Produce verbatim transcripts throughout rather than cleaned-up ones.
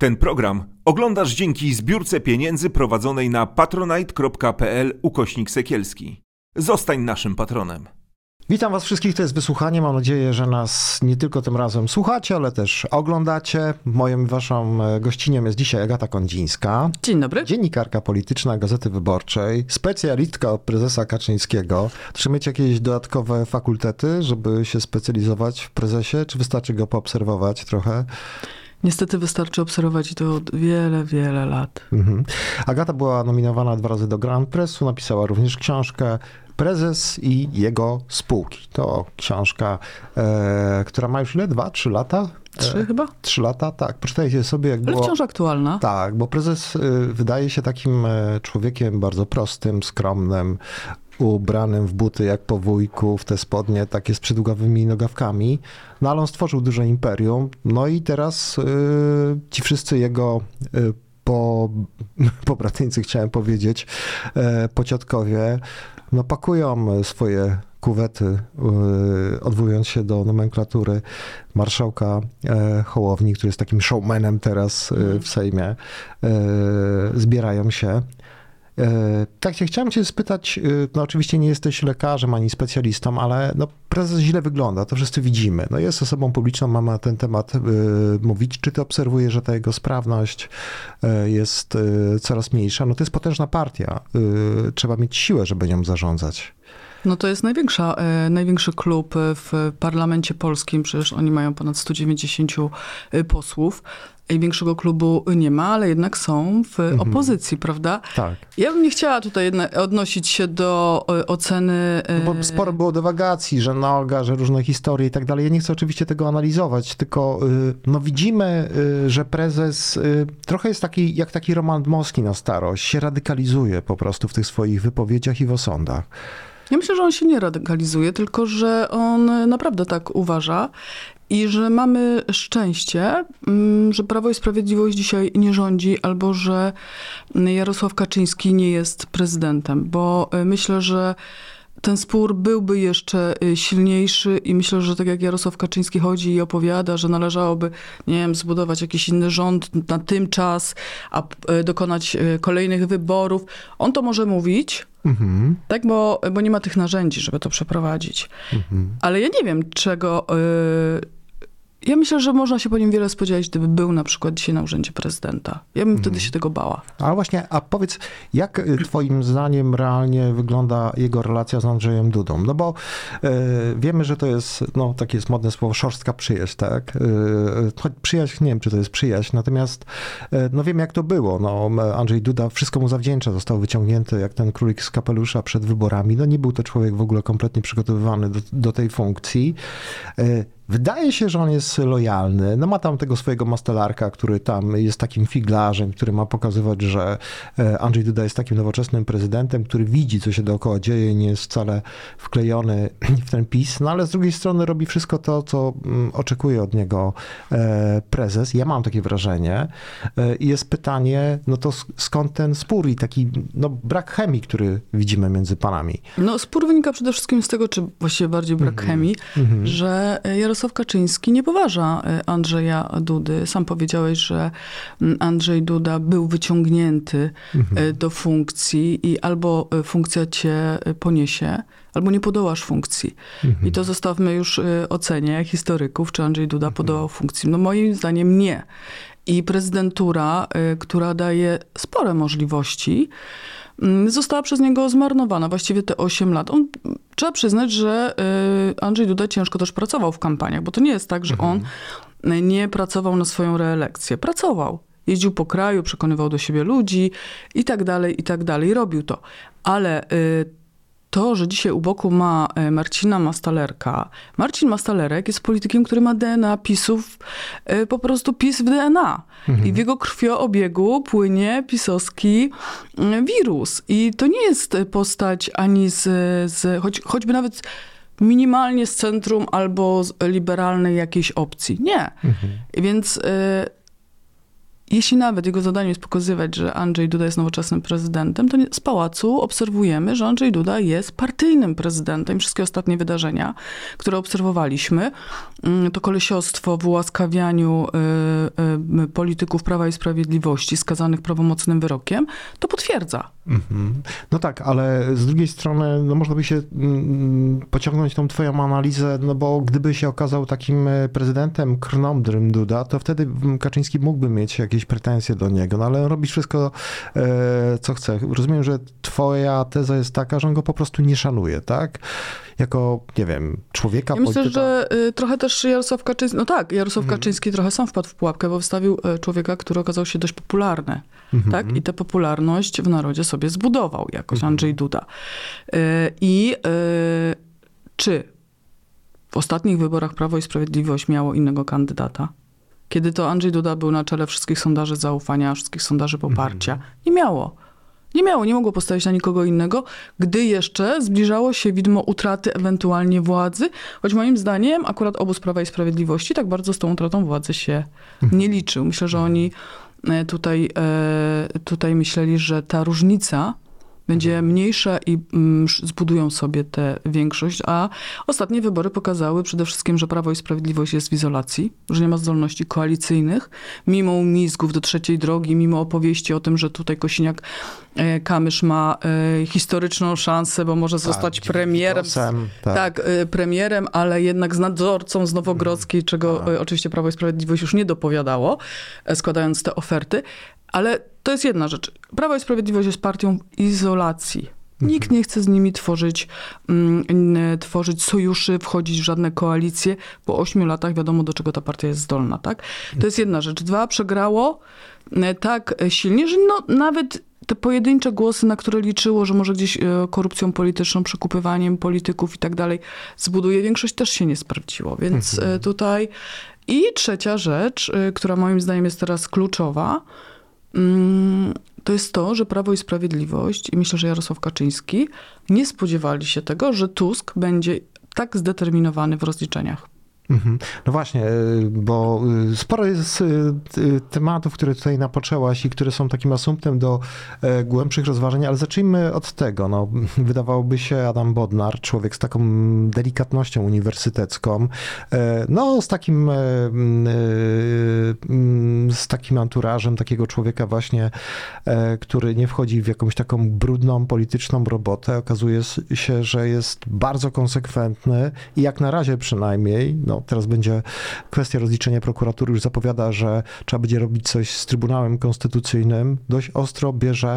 Ten program oglądasz dzięki zbiórce pieniędzy prowadzonej na patronite.pl ukośnik Sekielski. Zostań naszym patronem. Witam was wszystkich, to jest wysłuchanie. Mam nadzieję, że nas nie tylko tym razem słuchacie, ale też oglądacie. Moją i waszą gościnią jest dzisiaj Agata Kondzińska. Dzień dobry. Dziennikarka polityczna Gazety Wyborczej, specjalistka od prezesa Kaczyńskiego. Czy macie jakieś dodatkowe fakultety, żeby się specjalizować w prezesie, czy wystarczy go poobserwować trochę? Niestety wystarczy obserwować to od wiele, wiele lat. Mhm. Agata była nominowana dwa razy do Grand Pressu, napisała również książkę Prezes i jego spółki. To książka, e, która ma już ile? Dwa, trzy lata? Trzy e, chyba? Trzy lata, tak. Przeczytajcie sobie, jak Ale było... wciąż aktualna. Tak, bo prezes y, wydaje się takim y, człowiekiem bardzo prostym, skromnym, ubranym w buty jak po wujku, w te spodnie takie z przydługawymi nogawkami. No ale on stworzył duże imperium. No i teraz y, ci wszyscy jego y, po, pobratyńcy, chciałem powiedzieć, y, pociotkowie, no pakują swoje kuwety, y, odwołując się do nomenklatury marszałka y, Hołowni, który jest takim showmanem teraz y, w Sejmie, y, zbierają się. Tak, ja chciałem cię spytać, no oczywiście nie jesteś lekarzem ani specjalistą, ale no prezes źle wygląda, to wszyscy widzimy. No jest osobą publiczną, mamy na ten temat y, mówić. Czy ty obserwujesz, że ta jego sprawność y, jest y, coraz mniejsza? No to jest potężna partia. Y, trzeba mieć siłę, żeby nią zarządzać. No to jest największa, e, największy klub w parlamencie polskim, przecież oni mają ponad sto dziewięćdziesiąt posłów. I większego klubu nie ma, ale jednak są w mhm. opozycji, prawda? Tak. Ja bym nie chciała tutaj odnosić się do oceny... No bo sporo było dywagacji, że noga, że różne historie i tak dalej. Ja nie chcę oczywiście tego analizować, tylko no widzimy, że prezes trochę jest taki, jak taki Roman Dmowski na starość, się radykalizuje po prostu w tych swoich wypowiedziach i w osądach. Ja myślę, że on się nie radykalizuje, tylko że on naprawdę tak uważa i że mamy szczęście, że Prawo i Sprawiedliwość dzisiaj nie rządzi, albo że Jarosław Kaczyński nie jest prezydentem, bo myślę, że ten spór byłby jeszcze silniejszy i myślę, że tak jak Jarosław Kaczyński chodzi i opowiada, że należałoby, nie wiem, zbudować jakiś inny rząd na tym czas, a dokonać kolejnych wyborów. On to może mówić, mhm. tak, bo, bo nie ma tych narzędzi, żeby to przeprowadzić. Mhm. Ale ja nie wiem, czego... Y- Ja myślę, że można się po nim wiele spodziewać, gdyby był na przykład dzisiaj na urzędzie prezydenta. Ja bym hmm. wtedy się tego bała. Ale właśnie, a powiedz, jak twoim zdaniem realnie wygląda jego relacja z Andrzejem Dudą? No bo y, wiemy, że to jest, no takie jest modne słowo, szorstka przyjaźń, tak? Y, choć przyjaźń, nie wiem, czy to jest przyjaźń, natomiast y, no wiem, jak to było. No, Andrzej Duda wszystko mu zawdzięcza, został wyciągnięty jak ten królik z kapelusza przed wyborami. No nie był to człowiek w ogóle kompletnie przygotowywany do, do tej funkcji. Y, Wydaje się, że on jest lojalny. No ma tam tego swojego mastelarka, który tam jest takim figlarzem, który ma pokazywać, że Andrzej Duda jest takim nowoczesnym prezydentem, który widzi, co się dookoła dzieje i nie jest wcale wklejony w ten PiS. No ale z drugiej strony robi wszystko to, co oczekuje od niego prezes. Ja mam takie wrażenie. I jest pytanie, no to skąd ten spór i taki no, brak chemii, który widzimy między panami? No spór wynika przede wszystkim z tego, czy właściwie bardziej brak mm-hmm. chemii, mm-hmm. że Jarosław Kaczyński nie poważa Andrzeja Dudy. Sam powiedziałeś, że Andrzej Duda był wyciągnięty mhm. do funkcji i albo funkcja cię poniesie, albo nie podołasz funkcji. Mhm. I to zostawmy już ocenie historyków, czy Andrzej Duda mhm. podołał funkcji. No moim zdaniem nie. I prezydentura, która daje spore możliwości, została przez niego zmarnowana, właściwie te osiem lat. On, trzeba przyznać, że Andrzej Duda ciężko też pracował w kampaniach, bo to nie jest tak, że on nie pracował na swoją reelekcję. Pracował. Jeździł po kraju, przekonywał do siebie ludzi i tak dalej, i tak dalej. Robił to. Ale to, że dzisiaj u boku ma Marcina Mastalerka. Marcin Mastalerek jest politykiem, który ma D N A PiSów, po prostu PiS w D N A. Mhm. I w jego krwioobiegu płynie pisowski wirus. I to nie jest postać ani z, z choć, choćby nawet minimalnie z centrum albo z liberalnej jakiejś opcji. Nie. Mhm. Więc... jeśli nawet jego zadaniem jest pokazywać, że Andrzej Duda jest nowoczesnym prezydentem, to nie, z pałacu obserwujemy, że Andrzej Duda jest partyjnym prezydentem. Wszystkie ostatnie wydarzenia, które obserwowaliśmy, to kolesiostwo w ułaskawianiu y, y, polityków Prawa i Sprawiedliwości skazanych prawomocnym wyrokiem, to potwierdza. Mm-hmm. No tak, ale z drugiej strony no można by się mm, pociągnąć tą twoją analizę, no bo gdyby się okazał takim prezydentem krnąbrym Duda, to wtedy Kaczyński mógłby mieć jakieś pretensje do niego, no ale robisz wszystko, e, co chce. Rozumiem, że twoja teza jest taka, że on go po prostu nie szanuje, tak? Jako, nie wiem, człowieka, Ja myślę, polityka. że y, trochę też Jarosław Kaczyński, no tak, Jarosław Mhm. Kaczyński trochę sam wpadł w pułapkę, bo wstawił y, człowieka, który okazał się dość popularny, Mhm. tak? I tę popularność w narodzie sobie zbudował jakoś Mhm. Andrzej Duda. Y, I y, czy w ostatnich wyborach Prawo i Sprawiedliwość miało innego kandydata? Kiedy to Andrzej Duda był na czele wszystkich sondaży zaufania, wszystkich sondaży poparcia. Mhm. Nie miało. Nie miało, nie mogło postawić na nikogo innego, gdy jeszcze zbliżało się widmo utraty ewentualnie władzy, choć moim zdaniem akurat obóz Prawa i Sprawiedliwości tak bardzo z tą utratą władzy się nie liczył. Myślę, że oni tutaj, tutaj myśleli, że ta różnica będzie mniejsza i mm, zbudują sobie tę większość, a ostatnie wybory pokazały przede wszystkim, że Prawo i Sprawiedliwość jest w izolacji, że nie ma zdolności koalicyjnych, mimo umizgów do trzeciej drogi, mimo opowieści o tym, że tutaj Kosiniak-Kamysz ma e, historyczną szansę, bo może zostać tak, premierem. Głosem, tak. Tak, e, premierem, ale jednak z nadzorcą z Nowogrodzkiej, czego e, oczywiście Prawo i Sprawiedliwość już nie dopowiadało, e, składając te oferty. Ale to jest jedna rzecz. Prawo i Sprawiedliwość jest partią w izolacji. Nikt nie chce z nimi tworzyć, mm, tworzyć sojuszy, wchodzić w żadne koalicje. Po ośmiu latach wiadomo, do czego ta partia jest zdolna, tak? To jest jedna rzecz. Dwa, przegrało tak silnie, że no, nawet te pojedyncze głosy, na które liczyło, że może gdzieś korupcją polityczną, przekupywaniem polityków i tak dalej zbuduje większość, też się nie sprawdziło. Więc mhm. tutaj... I trzecia rzecz, która moim zdaniem jest teraz kluczowa, to jest to, że Prawo i Sprawiedliwość i myślę, że Jarosław Kaczyński nie spodziewali się tego, że Tusk będzie tak zdeterminowany w rozliczeniach. No właśnie, bo sporo jest tematów, które tutaj napoczęłaś i które są takim asumptem do głębszych rozważań, ale zacznijmy od tego. No, wydawałoby się Adam Bodnar, człowiek z taką delikatnością uniwersytecką, no z takim z takim anturażem takiego człowieka właśnie, który nie wchodzi w jakąś taką brudną, polityczną robotę. Okazuje się, że jest bardzo konsekwentny i jak na razie przynajmniej, no teraz będzie kwestia rozliczenia prokuratury, już zapowiada, że trzeba będzie robić coś z Trybunałem Konstytucyjnym. Dość ostro bierze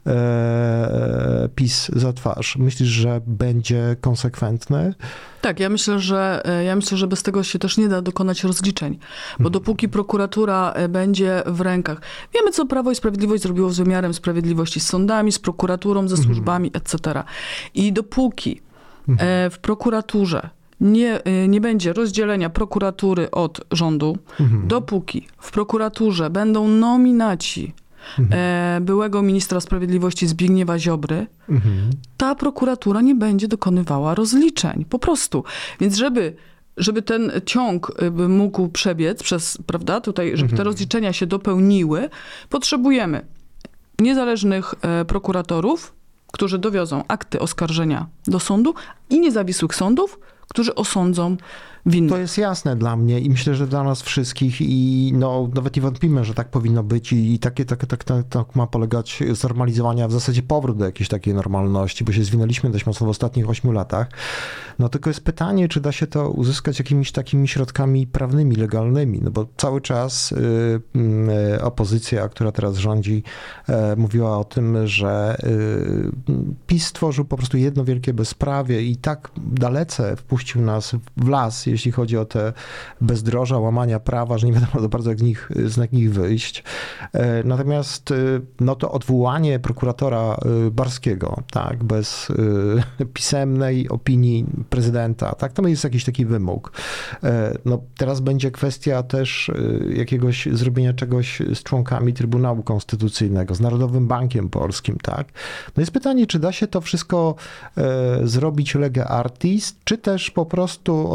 e, PiS za twarz. Myślisz, że będzie konsekwentny? Tak, ja myślę, że ja myślę, że bez tego się też nie da dokonać rozliczeń, bo dopóki prokuratura będzie w rękach, wiemy, co Prawo i Sprawiedliwość zrobiło z wymiarem sprawiedliwości, z sądami, z prokuraturą, ze służbami, et cetera. I dopóki w prokuraturze Nie, nie będzie rozdzielenia prokuratury od rządu, mhm. dopóki w prokuraturze będą nominaci mhm. e, byłego ministra sprawiedliwości Zbigniewa Ziobry, mhm. ta prokuratura nie będzie dokonywała rozliczeń. Po prostu. Więc żeby, żeby ten ciąg mógł przebiec przez, prawda, tutaj, żeby mhm. te rozliczenia się dopełniły, potrzebujemy niezależnych e, prokuratorów, którzy dowiozą akty oskarżenia do sądu i niezawisłych sądów, którzy osądzą winnych. To jest jasne dla mnie i myślę, że dla nas wszystkich i no, nawet nie wątpimy, że tak powinno być i, i takie, tak, tak, tak, tak ma polegać znormalizowania, w zasadzie powrót do jakiejś takiej normalności, bo się zwinęliśmy dość mocno w ostatnich ośmiu latach. No tylko jest pytanie, czy da się to uzyskać jakimiś takimi środkami prawnymi, legalnymi, no bo cały czas y, y, opozycja, która teraz rządzi, y, mówiła o tym, że y, PiS stworzył po prostu jedno wielkie bezprawie i tak dalece wpuścił nas w las, jeśli chodzi o te bezdroża, łamania prawa, że nie wiadomo za bardzo jak z nich, z nich wyjść. Natomiast no to odwołanie prokuratora Barskiego, tak, bez pisemnej opinii prezydenta, tak, to jest jakiś taki wymóg. No teraz będzie kwestia też jakiegoś zrobienia czegoś z członkami Trybunału Konstytucyjnego, z Narodowym Bankiem Polskim, tak. No jest pytanie, czy da się to wszystko zrobić lege artis, czy też po prostu odwołując się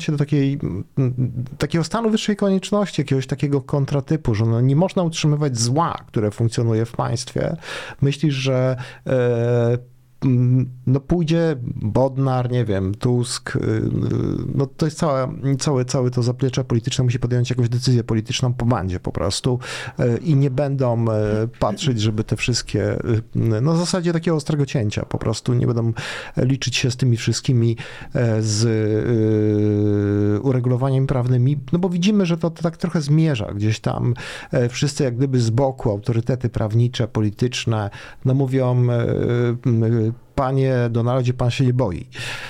się do takiej, takiego stanu wyższej konieczności, jakiegoś takiego kontratypu, że no nie można utrzymywać zła, które funkcjonuje w państwie. Myślisz, że e, no pójdzie Bodnar, nie wiem, Tusk, no to jest całe, całe, całe to zaplecze polityczne, musi podjąć jakąś decyzję polityczną po bandzie po prostu i nie będą patrzeć, żeby te wszystkie, no w zasadzie takiego ostrego cięcia po prostu, nie będą liczyć się z tymi wszystkimi z uregulowaniami prawnymi, no bo widzimy, że to, to tak trochę zmierza gdzieś tam, wszyscy jak gdyby z boku, autorytety prawnicze, polityczne, no mówią, panie Donaldzie, pan się nie boi.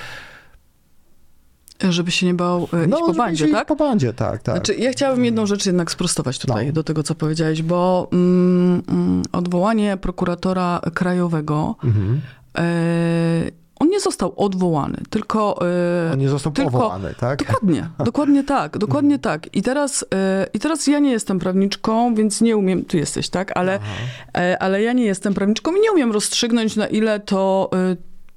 Żeby się nie bał e, No, iść po bandzie, iść tak? po bandzie, tak, tak. Znaczy, ja chciałabym jedną rzecz jednak sprostować tutaj No. do tego, co powiedziałeś, bo mm, mm, odwołanie prokuratora krajowego, Mhm. e, on nie został odwołany, tylko... e, On nie został tylko, powołany, tak? Dokładnie, dokładnie tak, dokładnie Mhm. tak. I teraz, e, I teraz ja nie jestem prawniczką, więc nie umiem, ty jesteś, tak? Ale, e, ale ja nie jestem prawniczką i nie umiem rozstrzygnąć, na ile to... E,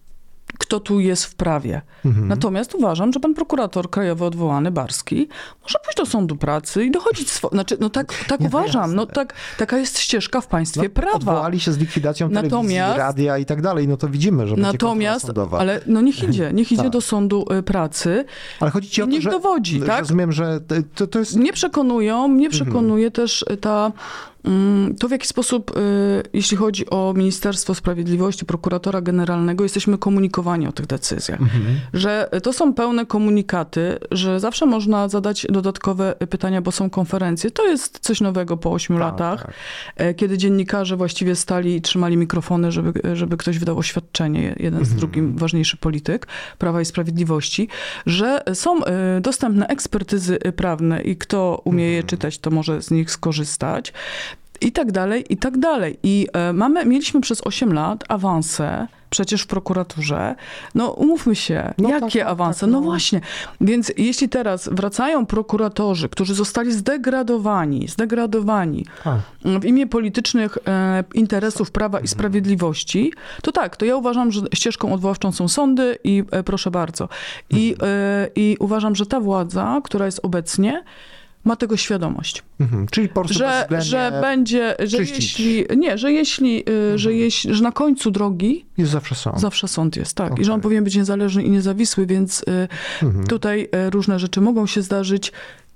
kto tu jest w prawie. Mhm. Natomiast uważam, że pan prokurator krajowy odwołany, Barski, może pójść do sądu pracy i dochodzić swo... Znaczy, no tak, tak Nie, uważam. No jasne. tak, taka jest ścieżka w państwie No, prawa. odwołali się z likwidacją telewizji, Natomiast- radia i tak dalej, no to widzimy, że będzie kontrola Natomiast, sądowa. ale no niech idzie, niech idzie Tak. do sądu y, pracy. Ale chodzi ci o to, niech że... dowodzi, że tak? Rozumiem, że to, to jest... Mnie przekonują, mnie przekonuje też ta, mm, to w jaki sposób, y, jeśli chodzi o Ministerstwo Sprawiedliwości, prokuratora generalnego, jesteśmy komunikowani o tych decyzjach. Mhm. Że to są pełne komunikaty, że zawsze można zadać dodatkowe pytania, bo są konferencje. To jest coś nowego po ośmiu Tak, latach, tak. e, kiedy dziennikarze właściwie stali i trzymali mikrofony, żeby, żeby ktoś wydał oświadczenie, jeden z drugim ważniejszy polityk Prawa i Sprawiedliwości, że są e, dostępne ekspertyzy prawne i kto umie je czytać, to może z nich skorzystać. I tak dalej, i tak dalej. I e, mamy, mieliśmy przez osiem lat awanse, przecież w prokuraturze. No umówmy się, No jakie tak, tak, awanse? tak, no. no. właśnie. Więc jeśli teraz wracają prokuratorzy, którzy zostali zdegradowani, zdegradowani A. w imię politycznych e, interesów Prawa i Sprawiedliwości, to tak, to ja uważam, że ścieżką odwoławczą są sądy i e, proszę bardzo. I, e, I uważam, że ta władza, która jest obecnie, ma tego świadomość. Mhm. Czyli po prostu Że, bezwzględnie że będzie, że czyścić. jeśli, nie, że jeśli, y, że jeśli, że na końcu drogi jest zawsze sąd. zawsze sąd jest, tak. Okej. I że on powinien być niezależny i niezawisły, więc y, Mhm. tutaj y, różne rzeczy mogą się zdarzyć,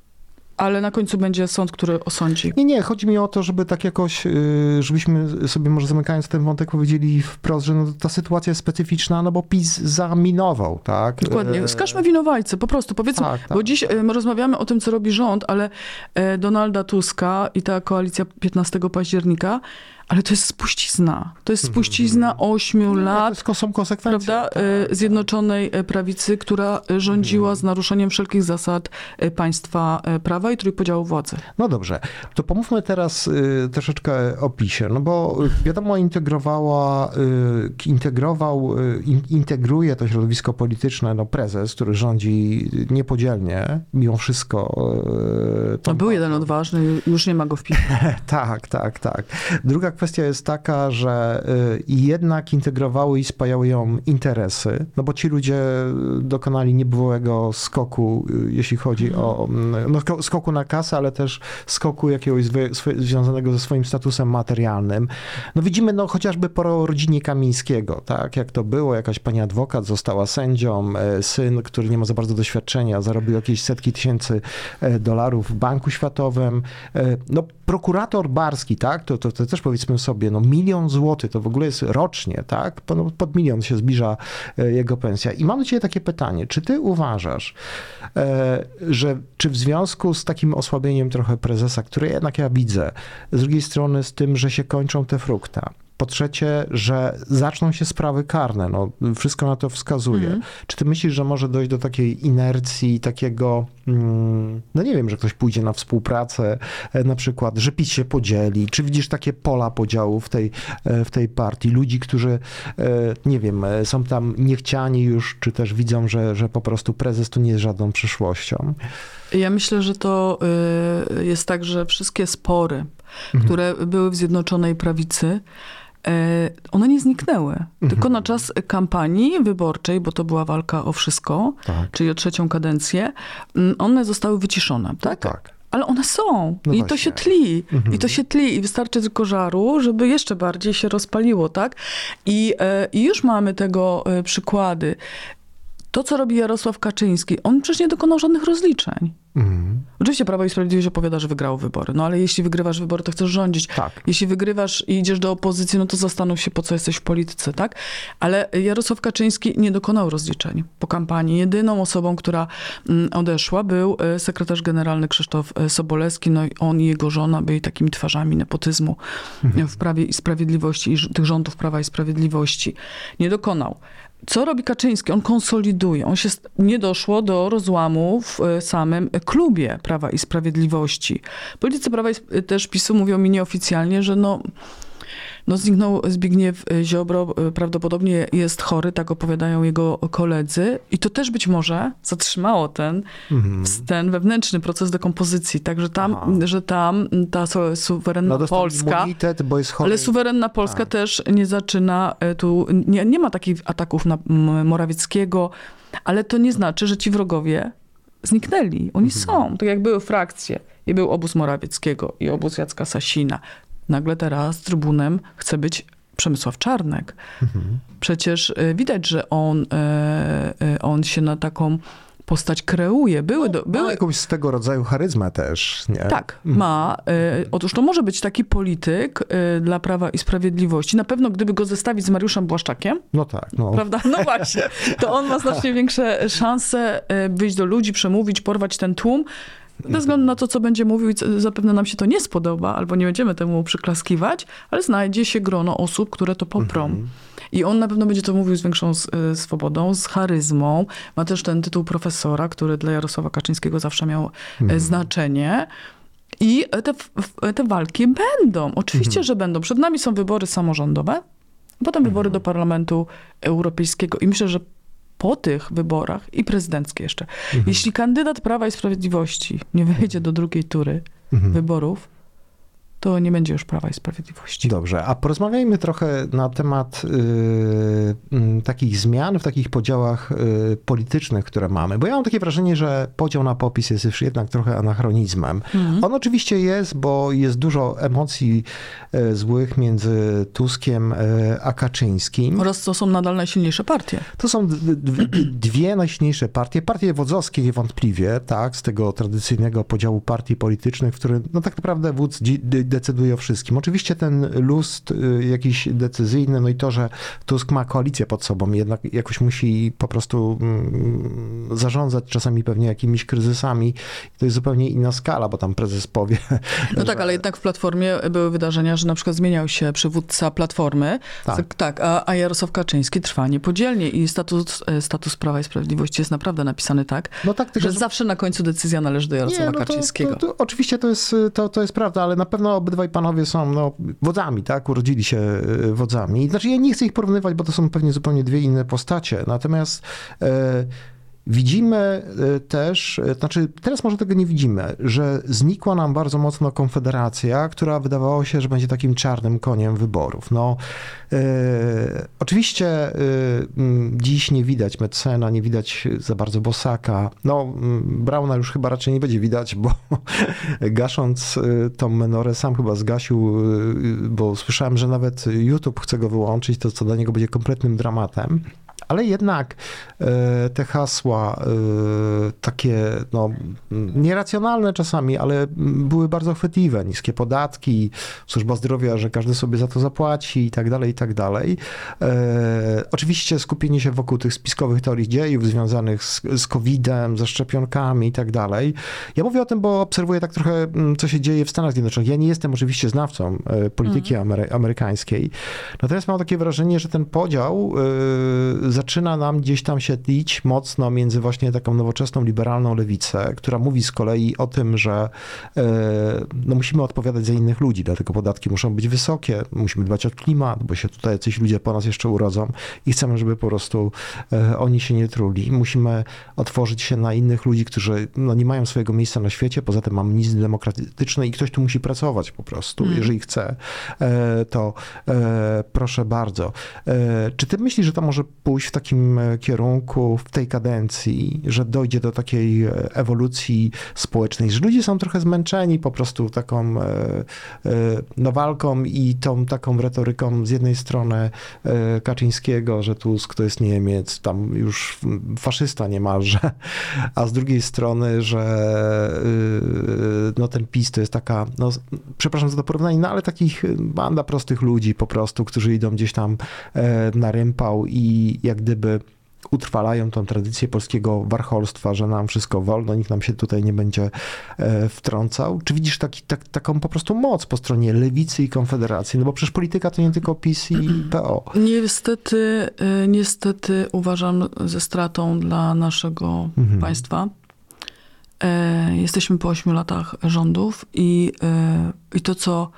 ale na końcu będzie sąd, który osądzi. Nie, nie, chodzi mi o to, żeby tak jakoś, yy, żebyśmy sobie może zamykając ten wątek powiedzieli wprost, że no, ta sytuacja jest specyficzna, no bo PiS zaminował, tak? Dokładnie. Yy, Wskażmy winowajcę, po prostu powiedzmy, Tak, tak, bo dziś y, my rozmawiamy o tym, co robi rząd, ale y, Donalda Tuska i ta koalicja piętnastego października, ale to jest spuścizna. To jest spuścizna ośmiu no, lat. to jest, są konsekwencje. Prawda? tak. y, Zjednoczonej y, Prawicy, która y, rządziła z naruszeniem wszelkich zasad y, państwa y, prawa i trójpodziału władzy. No dobrze, to pomówmy teraz y, troszeczkę o PiSie, no bo y, wiadomo integrowała, y, integrował, y, in, integruje to środowisko polityczne, no prezes, który rządzi niepodzielnie, mimo wszystko. Y, tą No, był jeden odważny, już nie ma go w PiS. Tak, tak, tak. Druga kwestia jest taka, że y, jednak integrowały i spajały ją interesy, no bo ci ludzie dokonali niebywałego skoku, y, jeśli chodzi o no, sko- skoku na kasę, ale też skoku jakiegoś zwy- swy- związanego ze swoim statusem materialnym. No widzimy no chociażby po rodzinie Kamińskiego, tak, jak to było, jakaś pani adwokat została sędzią, y, syn, który nie ma za bardzo doświadczenia, zarobił jakieś setki tysięcy y, dolarów w Banku Światowym. Y, no prokurator Barski, tak, to, to, to też powiedzmy sobie, no milion złotych to w ogóle jest rocznie, tak, pod, pod milion się zbliża e, jego pensja. I mam do ciebie takie pytanie, czy ty uważasz, e, że czy w związku z takim osłabieniem trochę prezesa, które jednak ja widzę, z drugiej strony z tym, że się kończą te frukta, po trzecie, że zaczną się sprawy karne, no wszystko na to wskazuje. Mhm. Czy ty myślisz, że może dojść do takiej inercji, takiego, mm, no nie wiem, że ktoś pójdzie na współpracę, e, na przykład, że PiS się podzieli? Czy widzisz takie pola podziału w tej, e, w tej partii? Ludzi, którzy, e, nie wiem, e, są tam niechciani już, czy też widzą, że, że po prostu prezes to nie jest żadną przyszłością? Ja myślę, że to y, jest tak, że wszystkie spory, które były w Zjednoczonej Prawicy, one nie zniknęły. Mhm. Tylko na czas kampanii wyborczej, bo to była walka o wszystko, tak. czyli o trzecią kadencję, one zostały wyciszone. Tak? No tak. Ale one są no i właśnie. to się tli. Mhm. I to się tli i wystarczy tylko żaru, żeby jeszcze bardziej się rozpaliło, tak? I, i już mamy tego przykłady. To, co robi Jarosław Kaczyński, on przecież nie dokonał żadnych rozliczeń. Mhm. Oczywiście Prawo i Sprawiedliwość opowiada, że wygrało wybory. No ale jeśli wygrywasz wybory, to chcesz rządzić. Tak. Jeśli wygrywasz i idziesz do opozycji, no to zastanów się, po co jesteś w polityce, tak? Ale Jarosław Kaczyński nie dokonał rozliczeń po kampanii. Jedyną osobą, która odeszła, był sekretarz generalny Krzysztof Sobolewski. No i on i jego żona byli takimi twarzami nepotyzmu mhm. w Prawie i Sprawiedliwości i tych rządów Prawa i Sprawiedliwości. Nie dokonał. Co robi Kaczyński? On konsoliduje. On się nie doszło do rozłamu w samym klubie Prawa i Sprawiedliwości. Politycy Prawa i też PiSu mówią mi nieoficjalnie, że no, no zniknął Zbigniew Ziobro, prawdopodobnie jest chory, tak opowiadają jego koledzy. I to też być może zatrzymało ten, mhm. ten wewnętrzny proces dekompozycji. Także tam, że tam ta suwerenna no, Polska, immunitet, bo jest chory. Ale suwerenna Polska tak. też nie zaczyna tu, nie, nie ma takich ataków na Morawieckiego, ale to nie znaczy, że ci wrogowie zniknęli. Oni mhm. są. Tak jak były frakcje i był obóz Morawieckiego i obóz Jacka Sasina. Nagle teraz trybunem chce być Przemysław Czarnek. Mhm. Przecież widać, że on, on się na taką postać kreuje. Były do, były... Ma jakąś swego rodzaju charyzmę też, nie? Tak, ma. Otóż to może być taki polityk dla Prawa i Sprawiedliwości. Na pewno gdyby go zestawić z Mariuszem Błaszczakiem, no tak, no. Prawda? No właśnie. To on ma znacznie większe szanse wyjść do ludzi, przemówić, porwać ten tłum. Bez względu na to, co będzie mówił, zapewne nam się to nie spodoba, albo nie będziemy temu przyklaskiwać, ale znajdzie się grono osób, które to poprą. Mhm. I on na pewno będzie to mówił z większą swobodą, z charyzmą. Ma też ten tytuł profesora, który dla Jarosława Kaczyńskiego zawsze miał mhm. znaczenie. I te, te walki będą. Oczywiście, mhm. że będą. Przed nami są wybory samorządowe, potem wybory mhm. do Parlamentu Europejskiego. I myślę, że po tych wyborach i prezydenckie jeszcze, mhm. jeśli kandydat Prawa i Sprawiedliwości nie wejdzie do drugiej tury mhm. wyborów, to nie będzie już Prawa i Sprawiedliwości. Dobrze, a porozmawiajmy trochę na temat y, y, takich zmian w takich podziałach y, politycznych, które mamy. Bo ja mam takie wrażenie, że podział na PO-PiS jest już jednak trochę anachronizmem. Mhm. On oczywiście jest, bo jest dużo emocji y, złych między Tuskiem y, a Kaczyńskim. Oraz to są nadal najsilniejsze partie. To są d- d- dwie najsilniejsze partie. Partie wodzowskie niewątpliwie, tak, z tego tradycyjnego podziału partii politycznych, w którym no tak naprawdę wódz d- decyduje o wszystkim. Oczywiście ten lust y, jakiś decyzyjny, no i to, że Tusk ma koalicję pod sobą, jednak jakoś musi po prostu mm, zarządzać czasami pewnie jakimiś kryzysami. To jest zupełnie inna skala, bo tam prezes powie... No że... tak, ale jednak w Platformie były wydarzenia, że na przykład zmieniał się przywódca Platformy, tak, tak a, a Jarosław Kaczyński trwa niepodzielnie i status, status Prawa i Sprawiedliwości jest naprawdę napisany tak, no tak tylko, że, że zawsze na końcu decyzja należy do Jarosława nie, no Kaczyńskiego. To, to, to, oczywiście to jest, to, to jest prawda, ale na pewno obydwaj panowie są no, wodzami, tak? Urodzili się wodzami. Znaczy ja nie chcę ich porównywać, bo to są pewnie zupełnie dwie inne postacie. Natomiast e, widzimy też, znaczy teraz może tego nie widzimy, że znikła nam bardzo mocno Konfederacja, która wydawało się, że będzie takim czarnym koniem wyborów. No, e, oczywiście e, dziś nie widać Metzena, nie widać za bardzo Bosaka. No, Brauna już chyba raczej nie będzie widać, bo gasząc tą menorę sam chyba zgasił, bo słyszałem, że nawet YouTube chce go wyłączyć, to co dla niego będzie kompletnym dramatem. Ale jednak e, te hasła e, takie no, nieracjonalne czasami, ale były bardzo chwytliwe. Niskie podatki, służba zdrowia, że każdy sobie za to zapłaci i tak dalej, i tak dalej. E, oczywiście skupienie się wokół tych spiskowych teorii dziejów związanych z, z kowidem, ze szczepionkami i tak dalej. Ja mówię o tym, bo obserwuję tak trochę, co się dzieje w Stanach Zjednoczonych. Ja nie jestem oczywiście znawcą polityki mm. amery- amerykańskiej, natomiast mam takie wrażenie, że ten podział e, zaczyna nam gdzieś tam się tlić mocno między właśnie taką nowoczesną, liberalną lewicę, która mówi z kolei o tym, że no, musimy odpowiadać za innych ludzi, dlatego podatki muszą być wysokie, musimy dbać o klimat, bo się tutaj jacyś ludzie po nas jeszcze urodzą i chcemy, żeby po prostu oni się nie truli. Musimy otworzyć się na innych ludzi, którzy no, nie mają swojego miejsca na świecie, poza tym mamy nic demokratyczne i ktoś tu musi pracować po prostu. Mm. Jeżeli chce, to proszę bardzo. Czy ty myślisz, że to może pójść w takim kierunku w tej kadencji, że dojdzie do takiej ewolucji społecznej, że ludzie są trochę zmęczeni po prostu taką no, walką i tą taką retoryką z jednej strony Kaczyńskiego, że Tusk to jest Niemiec, tam już faszysta niemalże, a z drugiej strony, że no, ten PiS to jest taka, no, przepraszam za to porównanie, no ale takich banda prostych ludzi po prostu, którzy idą gdzieś tam na rympał i jak gdyby utrwalają tą tradycję polskiego warcholstwa, że nam wszystko wolno, nikt nam się tutaj nie będzie wtrącał. Czy widzisz taki, tak, taką po prostu moc po stronie lewicy i Konfederacji? No bo przecież polityka to nie tylko PiS i P O. Niestety, niestety uważam ze stratą dla naszego mhm. państwa. Jesteśmy po ośmiu latach rządów i, i to, co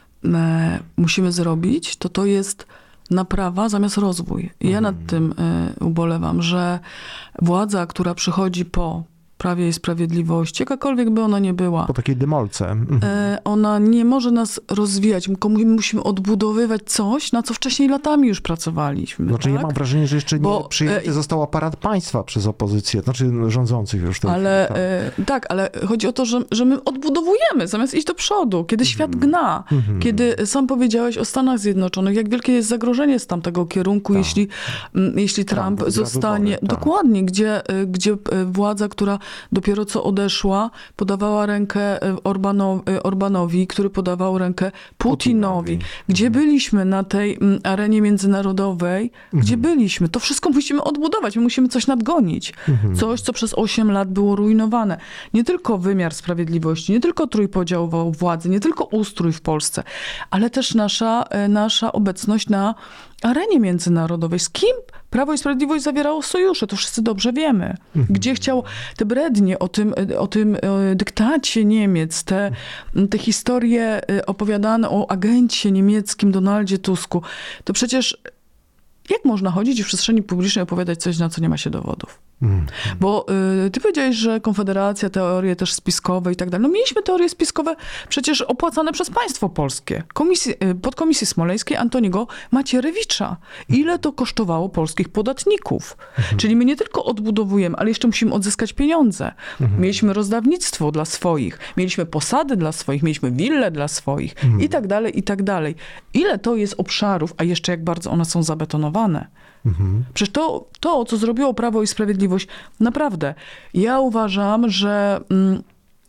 musimy zrobić, to to jest naprawa zamiast rozwój. I ja mhm. nad tym ubolewam, że władza, która przychodzi po Prawie i Sprawiedliwości, jakakolwiek by ona nie była. Po takiej dymolce. Mhm. Ona nie może nas rozwijać. My musimy odbudowywać coś, na co wcześniej latami już pracowaliśmy. Znaczy tak? ja mam wrażenie, że jeszcze Bo, nie przyjęty został aparat państwa przez opozycję, znaczy rządzących już. Ale tak. E, tak, ale chodzi o to, że, że my odbudowujemy, zamiast iść do przodu, kiedy mhm. świat gna. Mhm. Kiedy sam powiedziałeś o Stanach Zjednoczonych, jak wielkie jest zagrożenie z tamtego kierunku, tak. jeśli, jeśli Trump, Trump zostanie... Wybory, tak. Dokładnie, gdzie, gdzie władza, która dopiero co odeszła, podawała rękę Orbanowi, Orbanowi, który podawał rękę Putinowi. Putinowi. Gdzie byliśmy na tej arenie międzynarodowej? Mhm. Gdzie byliśmy? To wszystko musimy odbudować. My musimy coś nadgonić. Mhm. Coś, co przez osiem lat było rujnowane. Nie tylko wymiar sprawiedliwości, nie tylko trójpodział władzy, nie tylko ustrój w Polsce, ale też nasza, nasza obecność na arenie międzynarodowej. Z kim Prawo i Sprawiedliwość zawierało sojusze? To wszyscy dobrze wiemy. Mhm. Gdzie chciał te brednie o tym, o tym dyktacie Niemiec, te, te historie opowiadane o agencie niemieckim Donaldzie Tusku, to przecież jak można chodzić w przestrzeni publicznej i opowiadać coś, na co nie ma się dowodów? Mm. Bo y, ty powiedziałeś, że Konfederacja, teorie też spiskowe i tak dalej. No mieliśmy teorie spiskowe przecież opłacane przez państwo polskie. Komisji, y, podkomisji smoleńskiej Antoniego Macierewicza. Ile to kosztowało polskich podatników? Mm. Czyli my nie tylko odbudowujemy, ale jeszcze musimy odzyskać pieniądze. Mm. Mieliśmy rozdawnictwo dla swoich, mieliśmy posady dla swoich, mieliśmy wille dla swoich mm. i tak dalej, i tak dalej. Ile to jest obszarów, a jeszcze jak bardzo one są zabetonowane. Mhm. Przecież to, to, co zrobiło Prawo i Sprawiedliwość, naprawdę, ja uważam, że mm,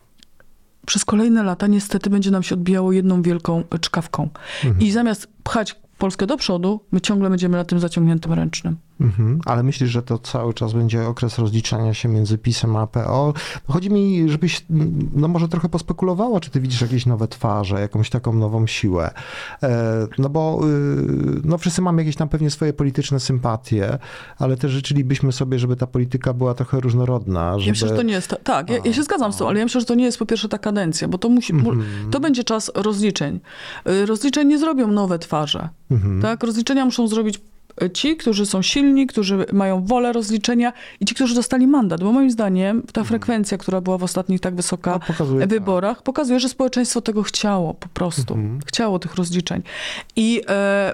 przez kolejne lata niestety będzie nam się odbijało jedną wielką czkawką. Mhm. I zamiast pchać Polskę do przodu, my ciągle będziemy na tym zaciągniętym ręcznym. Mhm. Ale myślisz, że to cały czas będzie okres rozliczania się między PiS-em a P O? Chodzi mi, żebyś no może trochę pospekulowała, czy ty widzisz jakieś nowe twarze, jakąś taką nową siłę. No bo no wszyscy mamy jakieś tam pewnie swoje polityczne sympatie, ale też życzylibyśmy sobie, żeby ta polityka była trochę różnorodna. Żeby... Ja myślę, że to nie jest... Tak, ja, ja się zgadzam z tą, ale ja myślę, że to nie jest po pierwsze ta kadencja, bo to musi... Mhm. To będzie czas rozliczeń. Rozliczeń nie zrobią nowe twarze. Mhm. Tak? Rozliczenia muszą zrobić ci, którzy są silni, którzy mają wolę rozliczenia i ci, którzy dostali mandat. Bo moim zdaniem ta frekwencja, która była w ostatnich tak wysoka no, pokazuje, wyborach, tak. pokazuje, że społeczeństwo tego chciało po prostu. Mhm. Chciało tych rozliczeń. I e,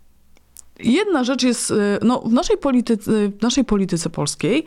jedna rzecz jest, no w naszej polityce, w naszej polityce polskiej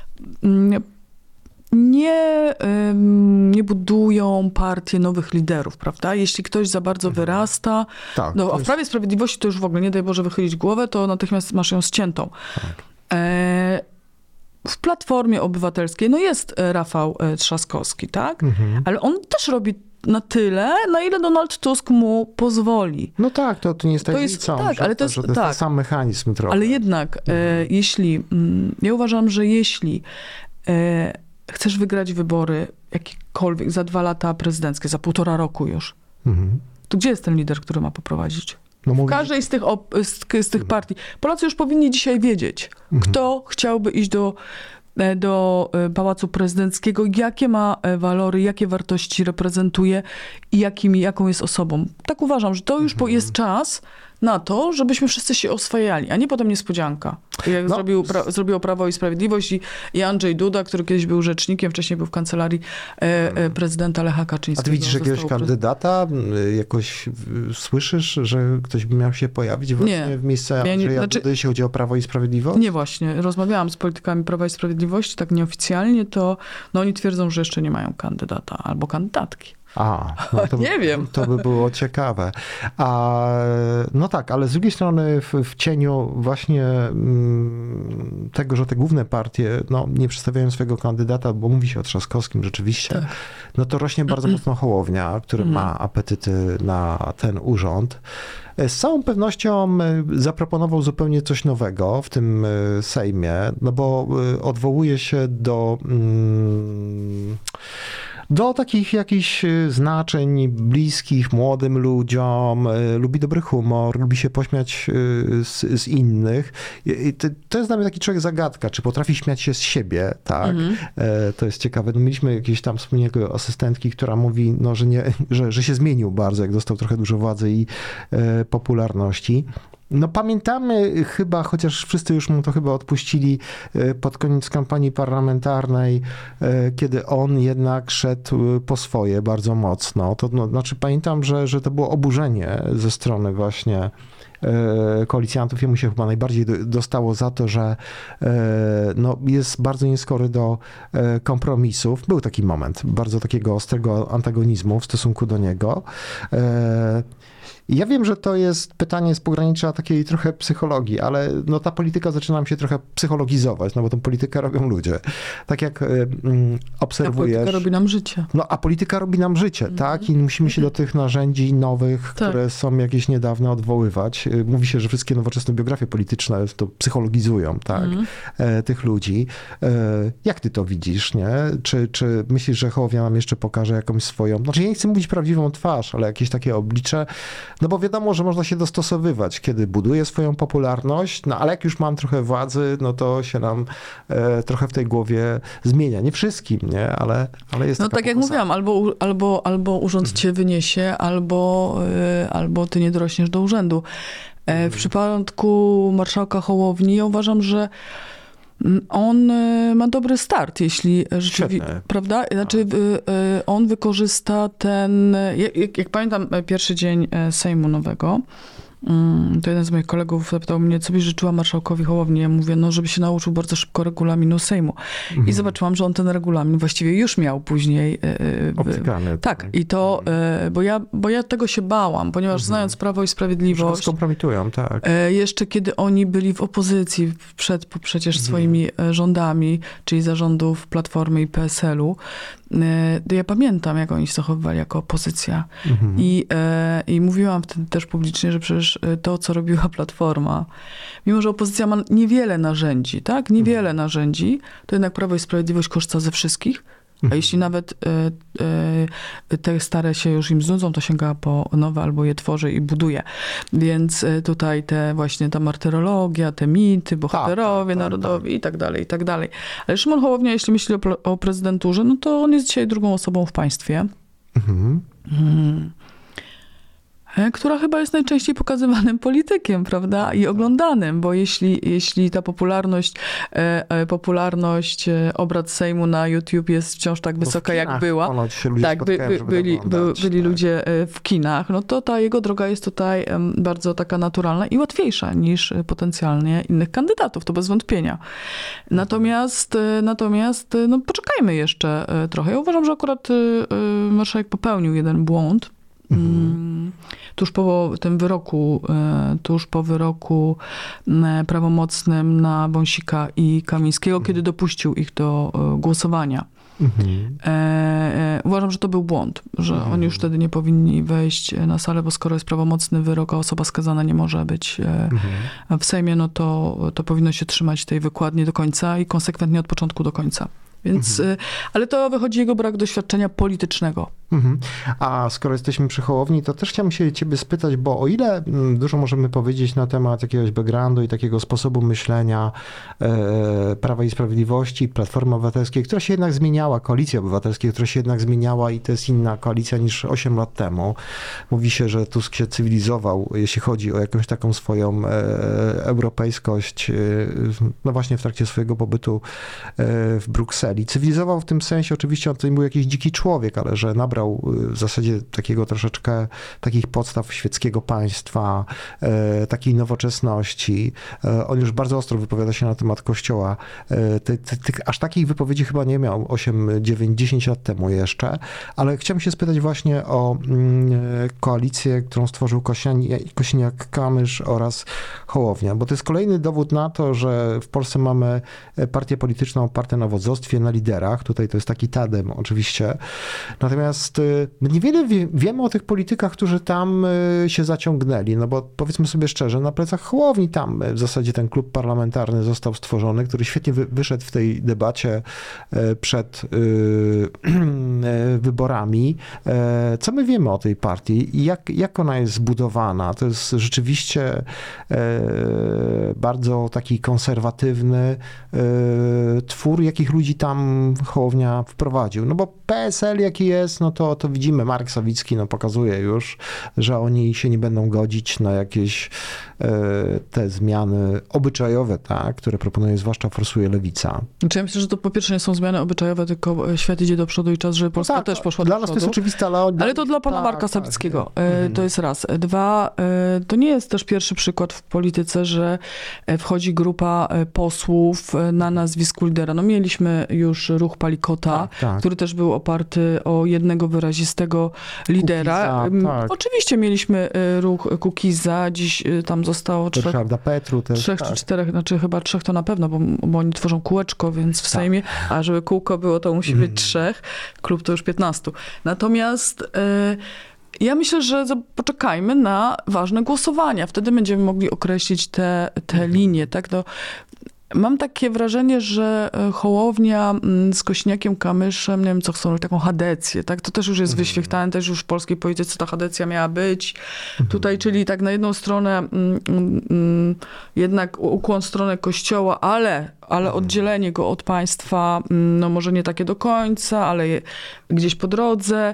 nie, nie budują partie nowych liderów, prawda? Jeśli ktoś za bardzo wyrasta, tak, no, a w Prawie i Sprawiedliwości to już w ogóle, nie daj Boże wychylić głowę, to natychmiast masz ją ściętą. Tak. E, w Platformie Obywatelskiej, no jest Rafał Trzaskowski, tak? Mhm. Ale on też robi na tyle, na ile Donald Tusk mu pozwoli. No tak, to, to nie jest tak, tak, ale to jest, to jest tak. ten sam mechanizm trochę. Ale jednak, mhm. e, jeśli, m, ja uważam, że jeśli e, chcesz wygrać wybory jakiekolwiek za dwa lata prezydenckie, za półtora roku już, mhm. to gdzie jest ten lider, który ma poprowadzić? No w mówi... każdej z tych, op- z, z tych partii. Polacy już powinni dzisiaj wiedzieć, mhm. kto chciałby iść do, do Pałacu Prezydenckiego, jakie ma walory, jakie wartości reprezentuje i jakimi, jaką jest osobą. Tak uważam, że to już mhm. jest czas na to, żebyśmy wszyscy się oswajali, a nie potem niespodzianka. Jak no. zrobił, pra, zrobiło Prawo i Sprawiedliwość i, i Andrzej Duda, który kiedyś był rzecznikiem, wcześniej był w kancelarii e, e, prezydenta Lecha Kaczyńskiego. A ty widzisz jakiegoś kandydata? Jakoś słyszysz, że ktoś by miał się pojawić właśnie nie. w miejsce Andrzeja ja nie, znaczy, Dudy, jeśli chodzi o Prawo i Sprawiedliwość? Nie, właśnie. Rozmawiałam z politykami Prawa i Sprawiedliwości, tak nieoficjalnie, to no, oni twierdzą, że jeszcze nie mają kandydata albo kandydatki. A, no to, nie wiem. To by było ciekawe. A, no tak, ale z drugiej strony w, w cieniu właśnie m, tego, że te główne partie no, nie przedstawiają swojego kandydata, bo mówi się o Trzaskowskim rzeczywiście, tak. no to rośnie bardzo mocno Hołownia, który mm. ma apetyty na ten urząd. Z całą pewnością zaproponował zupełnie coś nowego w tym Sejmie, no bo odwołuje się do... Mm, do takich jakichś znaczeń bliskich młodym ludziom, lubi dobry humor, lubi się pośmiać z, z innych. I to, to jest dla mnie taki człowiek zagadka, czy potrafi śmiać się z siebie, tak? Mhm. To jest ciekawe. No, mieliśmy jakieś tam wspólnego asystentki, która mówi, no, że, nie, że, że się zmienił bardzo, jak dostał trochę dużo władzy i e, popularności. No pamiętamy chyba, chociaż wszyscy już mu to chyba odpuścili pod koniec kampanii parlamentarnej, kiedy on jednak szedł po swoje bardzo mocno. To no, znaczy pamiętam, że, że to było oburzenie ze strony właśnie koalicjantów. Jemu się chyba najbardziej dostało za to, że no, jest bardzo nieskory do kompromisów. Był taki moment bardzo takiego ostrego antagonizmu w stosunku do niego. Ja wiem, że to jest pytanie z pogranicza takiej trochę psychologii, ale no ta polityka zaczyna nam się trochę psychologizować, no bo tą politykę robią ludzie. Tak jak mm, obserwujesz... A polityka robi nam życie. No, a polityka robi nam życie, mm-hmm. tak? I musimy się do tych narzędzi nowych, tak. które są jakieś niedawne, odwoływać. Mówi się, że wszystkie nowoczesne biografie polityczne to psychologizują, tak? Mm. E, tych ludzi. E, jak ty to widzisz, nie? Czy, czy myślisz, że Hołownia nam jeszcze pokaże jakąś swoją... Znaczy, ja nie chcę mówić prawdziwą twarz, ale jakieś takie oblicze. No bo wiadomo, że można się dostosowywać, kiedy buduje swoją popularność, no ale jak już mam trochę władzy, no to się nam e, trochę w tej głowie zmienia. Nie wszystkim, nie? Ale, ale jest No tak jak mówiłam, albo, albo, albo urząd cię wyniesie, albo, y, albo ty nie dorośniesz do urzędu. E, w przypadku marszałka Hołowni ja uważam, że on ma dobry start, jeśli rzeczywiście, prawda? Znaczy on wykorzysta ten, jak, jak pamiętam pierwszy dzień Sejmu nowego, to jeden z moich kolegów zapytał mnie, co byś życzyła marszałkowi Hołowni. Ja mówię, no żeby się nauczył bardzo szybko regulaminu Sejmu. Mhm. I zobaczyłam, że on ten regulamin właściwie już miał później. Obcykany. Tak, i to, bo ja, bo ja tego się bałam, ponieważ mhm. znając Prawo i Sprawiedliwość... Wszystko skompromitują, tak. Jeszcze kiedy oni byli w opozycji przed przecież mhm. swoimi rządami, czyli zarządów Platformy i P S L-u, ja pamiętam, jak oni się zachowywali jako opozycja. Mhm. I, I mówiłam wtedy też publicznie, że przecież to, co robiła Platforma, mimo że opozycja ma niewiele narzędzi, tak? Niewiele mhm. narzędzi, to jednak Prawo i Sprawiedliwość korzysta ze wszystkich. A jeśli nawet y, y, te stare się już im znudzą, to sięga po nowe albo je tworzy i buduje. Więc tutaj te właśnie ta martyrologia, te mity, bohaterowie tak, tak, narodowi tak. i tak dalej, i tak dalej. Ale Szymon Hołownia, jeśli myśli o, o prezydenturze, no to on jest dzisiaj drugą osobą w państwie. Mhm. Mm. Która chyba jest najczęściej pokazywanym politykiem, prawda? I oglądanym, bo jeśli, jeśli ta popularność, e, popularność obrad Sejmu na YouTube jest wciąż tak wysoka, jak była, tak, by, by, byli, by, byli tak. ludzie w kinach, no to ta jego droga jest tutaj bardzo taka naturalna i łatwiejsza niż potencjalnie innych kandydatów, to bez wątpienia. Natomiast, natomiast no poczekajmy jeszcze trochę. Ja uważam, że akurat marszałek popełnił jeden błąd, Mhm. tuż po tym wyroku, tuż po wyroku prawomocnym na Wąsika i Kamińskiego, mhm. kiedy dopuścił ich do głosowania. Mhm. E, e, uważam, że to był błąd, że mhm. oni już wtedy nie powinni wejść na salę, bo skoro jest prawomocny wyrok, a osoba skazana nie może być mhm. w Sejmie, no to, to powinno się trzymać tej wykładni do końca i konsekwentnie od początku do końca. Więc, mhm. ale to wychodzi jego brak doświadczenia politycznego. Mhm. A skoro jesteśmy przy Hołowni, to też chciałem się ciebie spytać, bo o ile dużo możemy powiedzieć na temat jakiegoś backgroundu i takiego sposobu myślenia e, Prawa i Sprawiedliwości, Platformy Obywatelskiej, która się jednak zmieniała, Koalicji Obywatelskiej, która się jednak zmieniała i to jest inna koalicja niż osiem lat temu. Mówi się, że Tusk się cywilizował, jeśli chodzi o jakąś taką swoją e, europejskość, e, no właśnie w trakcie swojego pobytu e, w Brukseli. Cywilizował w tym sensie, oczywiście on to nie był jakiś dziki człowiek, ale że nabrał w zasadzie takiego troszeczkę takich podstaw świeckiego państwa, e, takiej nowoczesności. E, on już bardzo ostro wypowiada się na temat Kościoła. E, ty, ty, ty, aż takich wypowiedzi chyba nie miał osiem, dziewięć, dziesięć lat temu jeszcze, ale chciałem się spytać właśnie o mm, koalicję, którą stworzył Kosiniak-Kamysz oraz Hołownia, bo to jest kolejny dowód na to, że w Polsce mamy partię polityczną opartą na wodzostwie, na liderach. Tutaj to jest taki tandem oczywiście. Natomiast my niewiele wie, wiemy o tych politykach, którzy tam się zaciągnęli, no bo powiedzmy sobie szczerze, na plecach Hołowni tam w zasadzie ten klub parlamentarny został stworzony, który świetnie wy, wyszedł w tej debacie przed wyborami. Co my wiemy o tej partii i jak, jak ona jest zbudowana? To jest rzeczywiście bardzo taki konserwatywny twór, jakich ludzi tam Hołownia wprowadził. No bo P S L jaki jest, no to, to widzimy, Marek Sawicki no, pokazuje już, że oni się nie będą godzić na jakieś e, te zmiany obyczajowe, tak, które proponuje, zwłaszcza forsuje lewica. Znaczy ja myślę, że to po pierwsze nie są zmiany obyczajowe, tylko świat idzie do przodu i czas, żeby Polska no tak, też poszła dla do nas przodu. to jest oczywiste, ale... Od... Ale to dla pana tak, Marka tak, Sawickiego. Tak. E, to jest raz. Dwa, e, to nie jest też pierwszy przykład w polityce, że wchodzi grupa posłów na nazwisku lidera. No mieliśmy już ruch Palikota, tak, tak. który też był oparty o jednego wyrazistego lidera. Kukiza, tak. Oczywiście mieliśmy ruch Kukiza, dziś tam zostało trzech, Ryszarda Petru też, trzech tak. czy czterech, znaczy chyba trzech to na pewno, bo, bo oni tworzą kółeczko, więc w tak. Sejmie, a żeby kółko było, to musi być mm. trzech, klub to już piętnastu. Natomiast y, ja myślę, że poczekajmy na ważne głosowania. Wtedy będziemy mogli określić te, te mm. linie, tak? No, mam takie wrażenie, że Hołownia z Kosiniakiem-Kamyszem, nie wiem co chcą, taką hadecję, tak? To też już jest mm. wyświechtane, też już w polskiej polityce ta hadecja miała być. Mm. Tutaj, czyli tak na jedną stronę mm, mm, jednak ukłon w stronę Kościoła, ale, ale oddzielenie go od państwa, no może nie takie do końca, ale gdzieś po drodze.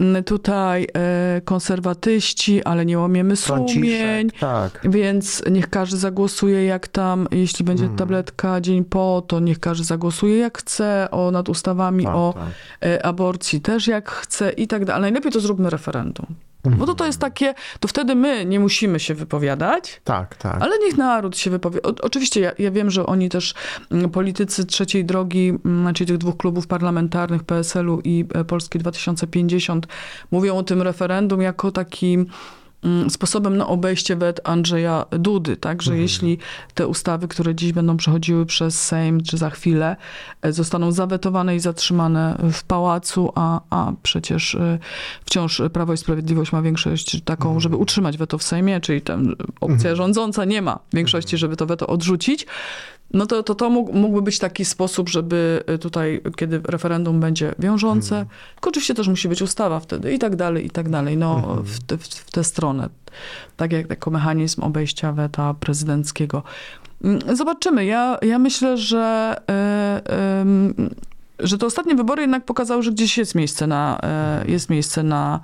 Tutaj e, konserwatyści, ale nie łamiemy sumień. Tak. Więc niech każdy zagłosuje jak tam, jeśli będzie mm. tabletka dzień po, to niech każdy zagłosuje jak chce, o nad ustawami tak, o tak. E, aborcji też jak chce i tak dalej. Najlepiej to zróbmy referendum. Bo to, to jest takie, to wtedy my nie musimy się wypowiadać, tak, tak. ale niech naród się wypowie. O, oczywiście ja, ja wiem, że oni też, politycy trzeciej drogi, czyli tych dwóch klubów parlamentarnych, P S L u i Polski dwa tysiące pięćdziesiąt, mówią o tym referendum jako takim sposobem na obejście wet Andrzeja Dudy, tak, że mhm. jeśli te ustawy, które dziś będą przechodziły przez Sejm, czy za chwilę, zostaną zawetowane i zatrzymane w pałacu, a, a przecież wciąż Prawo i Sprawiedliwość ma większość taką, mhm. żeby utrzymać weto w Sejmie, czyli tam opcja mhm. rządząca nie ma większości, żeby to weto odrzucić, no to to, to mógł, mógłby być taki sposób, żeby tutaj, kiedy referendum będzie wiążące, hmm. tylko oczywiście też musi być ustawa wtedy i tak dalej, i tak dalej, no hmm. w, te, w tę stronę. Tak jak jako mechanizm obejścia weta prezydenckiego. Zobaczymy. Ja, ja myślę, że yy, yy, że te ostatnie wybory jednak pokazały, że gdzieś jest miejsce na, jest miejsce na,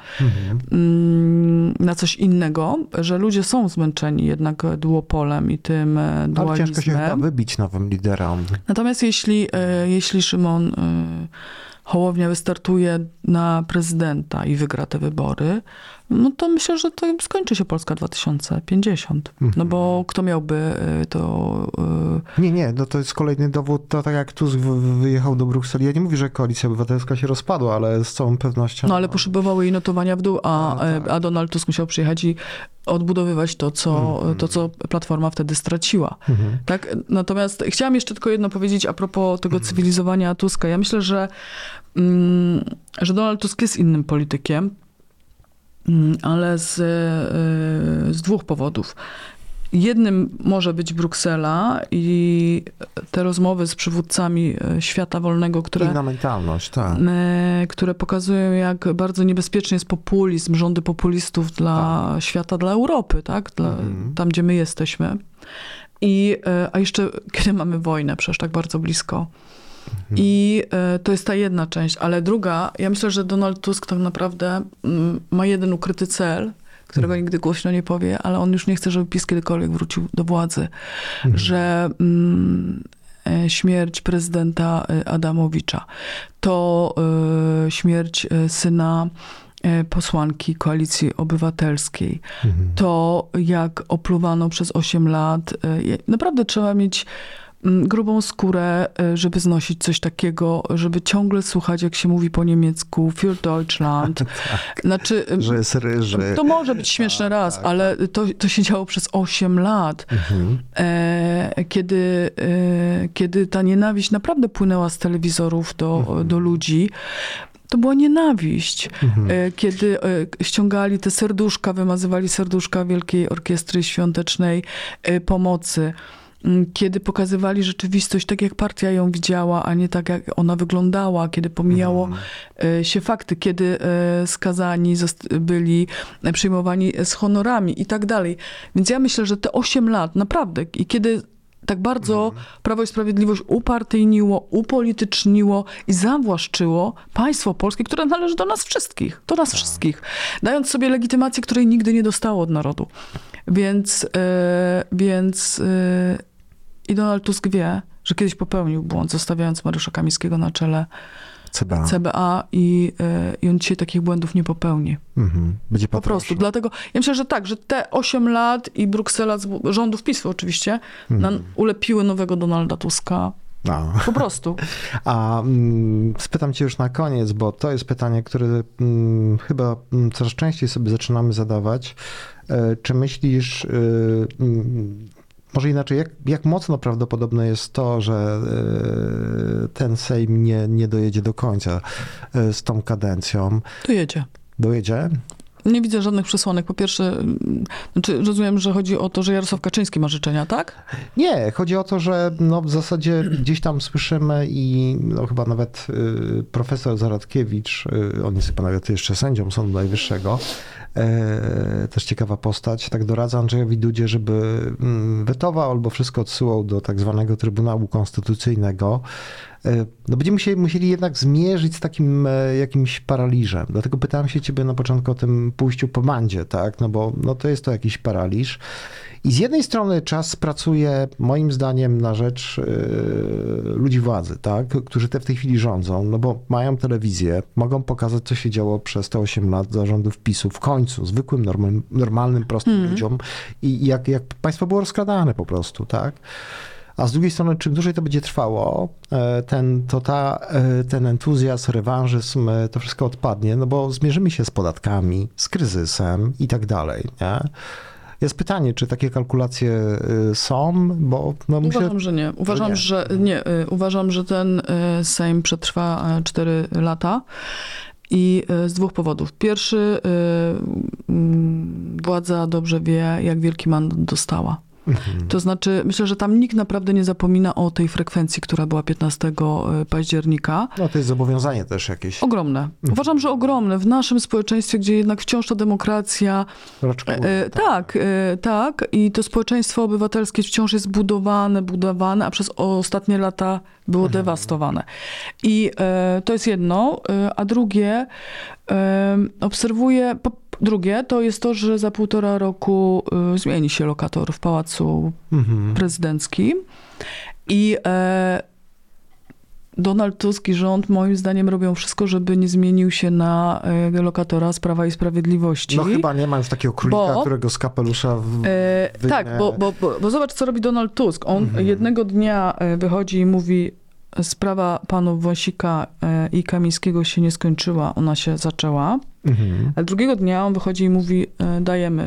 mhm. na coś innego, że ludzie są zmęczeni jednak duopolem i tym dualizmem. Ale ciężko się chyba wybić nowym liderom. Natomiast jeśli, jeśli Szymon Hołownia wystartuje na prezydenta i wygra te wybory, no to myślę, że to skończy się Polska dwa tysiące pięćdziesiąt. Mhm. No bo kto miałby to... Nie, nie, no to jest kolejny dowód, to tak jak Tusk wyjechał do Brukseli. Ja nie mówię, że Koalicja Obywatelska się rozpadła, ale z całą pewnością... No ale poszybowały jej notowania w dół, a, a, tak. a Donald Tusk musiał przyjechać i odbudowywać to, co, mhm. to, co Platforma wtedy straciła. Mhm. Tak? Natomiast chciałam jeszcze tylko jedno powiedzieć a propos tego mhm. cywilizowania Tuska. Ja myślę, że, mm, że Donald Tusk jest innym politykiem, ale z, z dwóch powodów. jednym może być Bruksela i te rozmowy z przywódcami świata wolnego, które, inna mentalność, tak. które pokazują, jak bardzo niebezpieczny jest populizm, rządy populistów dla tak. świata, dla Europy, tak? Dla, mhm. tam, gdzie my jesteśmy. I, a jeszcze, kiedy mamy wojnę, przecież tak bardzo blisko. Mhm. I to jest ta jedna część, ale druga, ja myślę, że Donald Tusk tak naprawdę ma jeden ukryty cel, którego nigdy głośno nie powie, ale on już nie chce, żeby PiS kiedykolwiek wrócił do władzy. Mhm. Że mm, śmierć prezydenta Adamowicza to y, śmierć syna y, posłanki Koalicji Obywatelskiej. Mhm. To jak opluwano przez osiem lat. Y, naprawdę trzeba mieć grubą skórę, żeby znosić coś takiego, żeby ciągle słuchać, jak się mówi po niemiecku, für Deutschland. tak, znaczy, że jest ryży. To może być śmieszne raz, tak, ale to, to się działo przez osiem lat. Mhm. E, kiedy, e, kiedy ta nienawiść naprawdę płynęła z telewizorów do, mhm. do ludzi, to była nienawiść. Mhm. Kiedy ściągali te serduszka, wymazywali serduszka Wielkiej Orkiestry Świątecznej Pomocy. Kiedy pokazywali rzeczywistość tak, jak partia ją widziała, a nie tak, jak ona wyglądała, kiedy pomijało mhm. się fakty, kiedy skazani byli przyjmowani z honorami i tak dalej. Więc ja myślę, że te osiem lat, naprawdę, i kiedy tak bardzo mhm. Prawo i Sprawiedliwość upartyjniło, upolityczniło i zawłaszczyło państwo polskie, które należy do nas wszystkich, do nas tak. wszystkich, dając sobie legitymację, której nigdy nie dostało od narodu. Więc, yy, więc yy, i Donald Tusk wie, że kiedyś popełnił błąd, zostawiając Mariusza Kamińskiego na czele C B A, C B A i, yy, i on dzisiaj takich błędów nie popełni. Mhm. Będzie po prostu. Dlatego ja myślę, że tak, że te osiem lat i Bruksela z rządów PiS-u oczywiście mhm. ulepiły nowego Donalda Tuska. No. Po prostu. A mm, spytam cię już na koniec, bo to jest pytanie, które mm, chyba mm, coraz częściej sobie zaczynamy zadawać. E, czy myślisz, y, y, może inaczej, jak, jak mocno prawdopodobne jest to, że y, ten Sejm nie, nie dojedzie do końca y, z tą kadencją? Dojedzie. Dojedzie? Nie widzę żadnych przesłanek. Po pierwsze, znaczy rozumiem, że chodzi o to, że Jarosław Kaczyński ma życzenia, tak? Nie, chodzi o to, że no w zasadzie gdzieś tam słyszymy i no chyba nawet y, profesor Zaradkiewicz, y, on jest chyba nawet jeszcze sędzią Sądu Najwyższego, y, też ciekawa postać, tak doradza Andrzejowi Dudzie, żeby y, wetował albo wszystko odsyłał do tak zwanego Trybunału Konstytucyjnego. No będziemy się musieli jednak zmierzyć z takim e, jakimś paraliżem. Dlatego pytałem się ciebie na początku o tym pójściu po bandzie, tak? No bo no to jest to jakiś paraliż. I z jednej strony czas pracuje, moim zdaniem, na rzecz e, ludzi władzy, tak? Którzy te w tej chwili rządzą, no bo mają telewizję, mogą pokazać, co się działo przez te osiem lat zarządów PiS-u w końcu, zwykłym, normalnym, normalnym prostym mm. ludziom i jak, jak państwo było rozkradane po prostu, tak? A z drugiej strony, czym dłużej to będzie trwało, ten, to ta, ten entuzjazm, rewanżyzm, to wszystko odpadnie, no bo zmierzymy się z podatkami, z kryzysem i tak dalej, nie? Jest pytanie, czy takie kalkulacje są, bo... No muszę... Uważam, że nie. Uważam, że nie. że nie. Uważam, że ten Sejm przetrwa cztery lata. I z dwóch powodów. Pierwszy, władza dobrze wie, jak wielki mandat dostała. Mhm. To znaczy, myślę, że tam nikt naprawdę nie zapomina o tej frekwencji, która była piętnastego października. No to jest zobowiązanie też jakieś. Ogromne. Mhm. Uważam, że ogromne. W naszym społeczeństwie, gdzie jednak wciąż ta demokracja... Raczkuje, e, tak, tak, e, tak. I to społeczeństwo obywatelskie wciąż jest budowane, budowane, a przez ostatnie lata było mhm. dewastowane. I e, to jest jedno. E, a drugie, e, obserwuję... Po, Drugie to jest to, że za półtora roku y, zmieni się lokator w Pałacu mhm. Prezydenckim i e, Donald Tusk i rząd moim zdaniem robią wszystko, żeby nie zmienił się na e, lokatora z Prawa i Sprawiedliwości. No chyba nie ma już takiego królika, bo, którego z kapelusza w, e, Tak, bo, bo, bo, bo zobacz, co robi Donald Tusk. On mhm. jednego dnia wychodzi i mówi: sprawa panów Wąsika i Kamińskiego się nie skończyła, ona się zaczęła. Mhm. A drugiego dnia on wychodzi i mówi: dajemy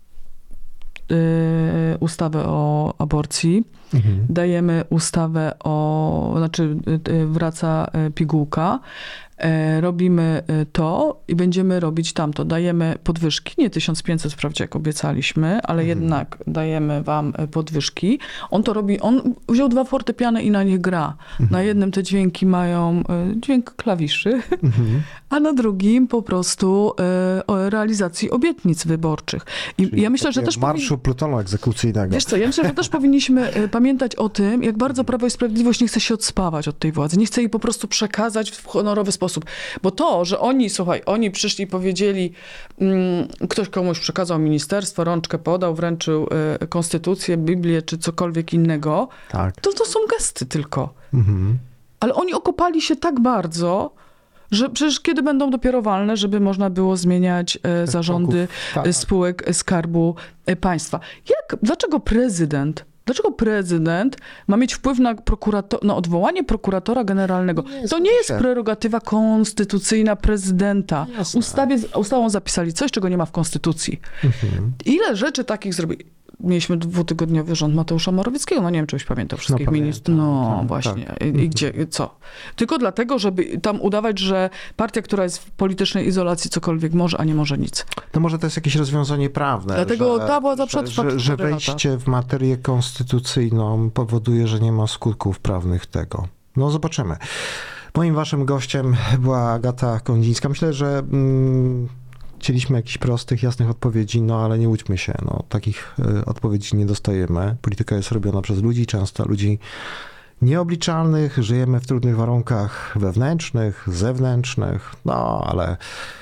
y, ustawę o aborcji, mhm. dajemy ustawę o, znaczy y, wraca pigułka, e, robimy to i będziemy robić tamto. Dajemy podwyżki, nie tysiąc pięćset wprawdzie jak obiecaliśmy, ale Mhm. jednak dajemy wam podwyżki. On to robi, on wziął dwa fortepiany i na nich gra. Mhm. Na jednym te dźwięki mają e, dźwięk klawiszy, Mhm. a na drugim po prostu e, o realizacji obietnic wyborczych. I Czyli ja myślę, że takie też marszu powin- plutonu egzekucyjnego. Wiesz co, ja myślę, że też powinniśmy e, pamiętać o tym, jak bardzo Prawo i Sprawiedliwość nie chce się odspawać od tej władzy. Nie chce jej po prostu przekazać w honorowy sposób. Bo to, że oni, słuchaj, oni przyszli i powiedzieli, mm, ktoś komuś przekazał ministerstwo, rączkę podał, wręczył e, konstytucję, Biblię czy cokolwiek innego, Tak. to to są gesty tylko. Mhm. Ale oni okopali się tak bardzo, że przecież kiedy będą dopiero walne, żeby można było zmieniać e, zarządy Tak. e, spółek Skarbu e, Państwa. Jak, dlaczego prezydent, dlaczego prezydent ma mieć wpływ na, prokurato- na odwołanie prokuratora generalnego? Nie jest To nie jest się. prerogatywa konstytucyjna prezydenta. Jasne. Ustawie, ustawą zapisali coś, czego nie ma w konstytucji. Mhm. Ile rzeczy takich zrobili? Mieliśmy dwutygodniowy rząd Mateusza Morawieckiego, no nie wiem, czy byś pamiętał wszystkich No, ministrów. No pamiętam, tak, właśnie. tak. I, I Mhm. gdzie, co? Tylko dlatego, żeby tam udawać, że partia, która jest w politycznej izolacji cokolwiek może, a nie może nic. To może to jest jakieś rozwiązanie prawne. Dlatego że, ta władza że, przetrwa że, że cztery lata. wejście w materię konstytucyjną powoduje, że nie ma skutków prawnych tego. No zobaczymy. Moim waszym gościem była Agata Kondzińska. Myślę, że mm, chcieliśmy jakichś prostych, jasnych odpowiedzi, no ale nie łudźmy się. No, takich y, odpowiedzi nie dostajemy. Polityka jest robiona przez ludzi, często ludzi nieobliczalnych. Żyjemy w trudnych warunkach wewnętrznych, zewnętrznych, no ale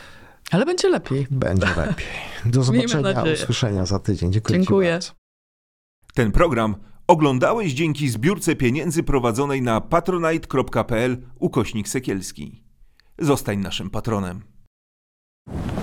Ale będzie lepiej. będzie lepiej. Do Miejmy zobaczenia, nadzieję. usłyszenia za tydzień. Dziękuję. ci Dziękuję. bardzo. Ten program oglądałeś dzięki zbiórce pieniędzy prowadzonej na patronite.pl ukośnik Sekielski. Zostań naszym patronem.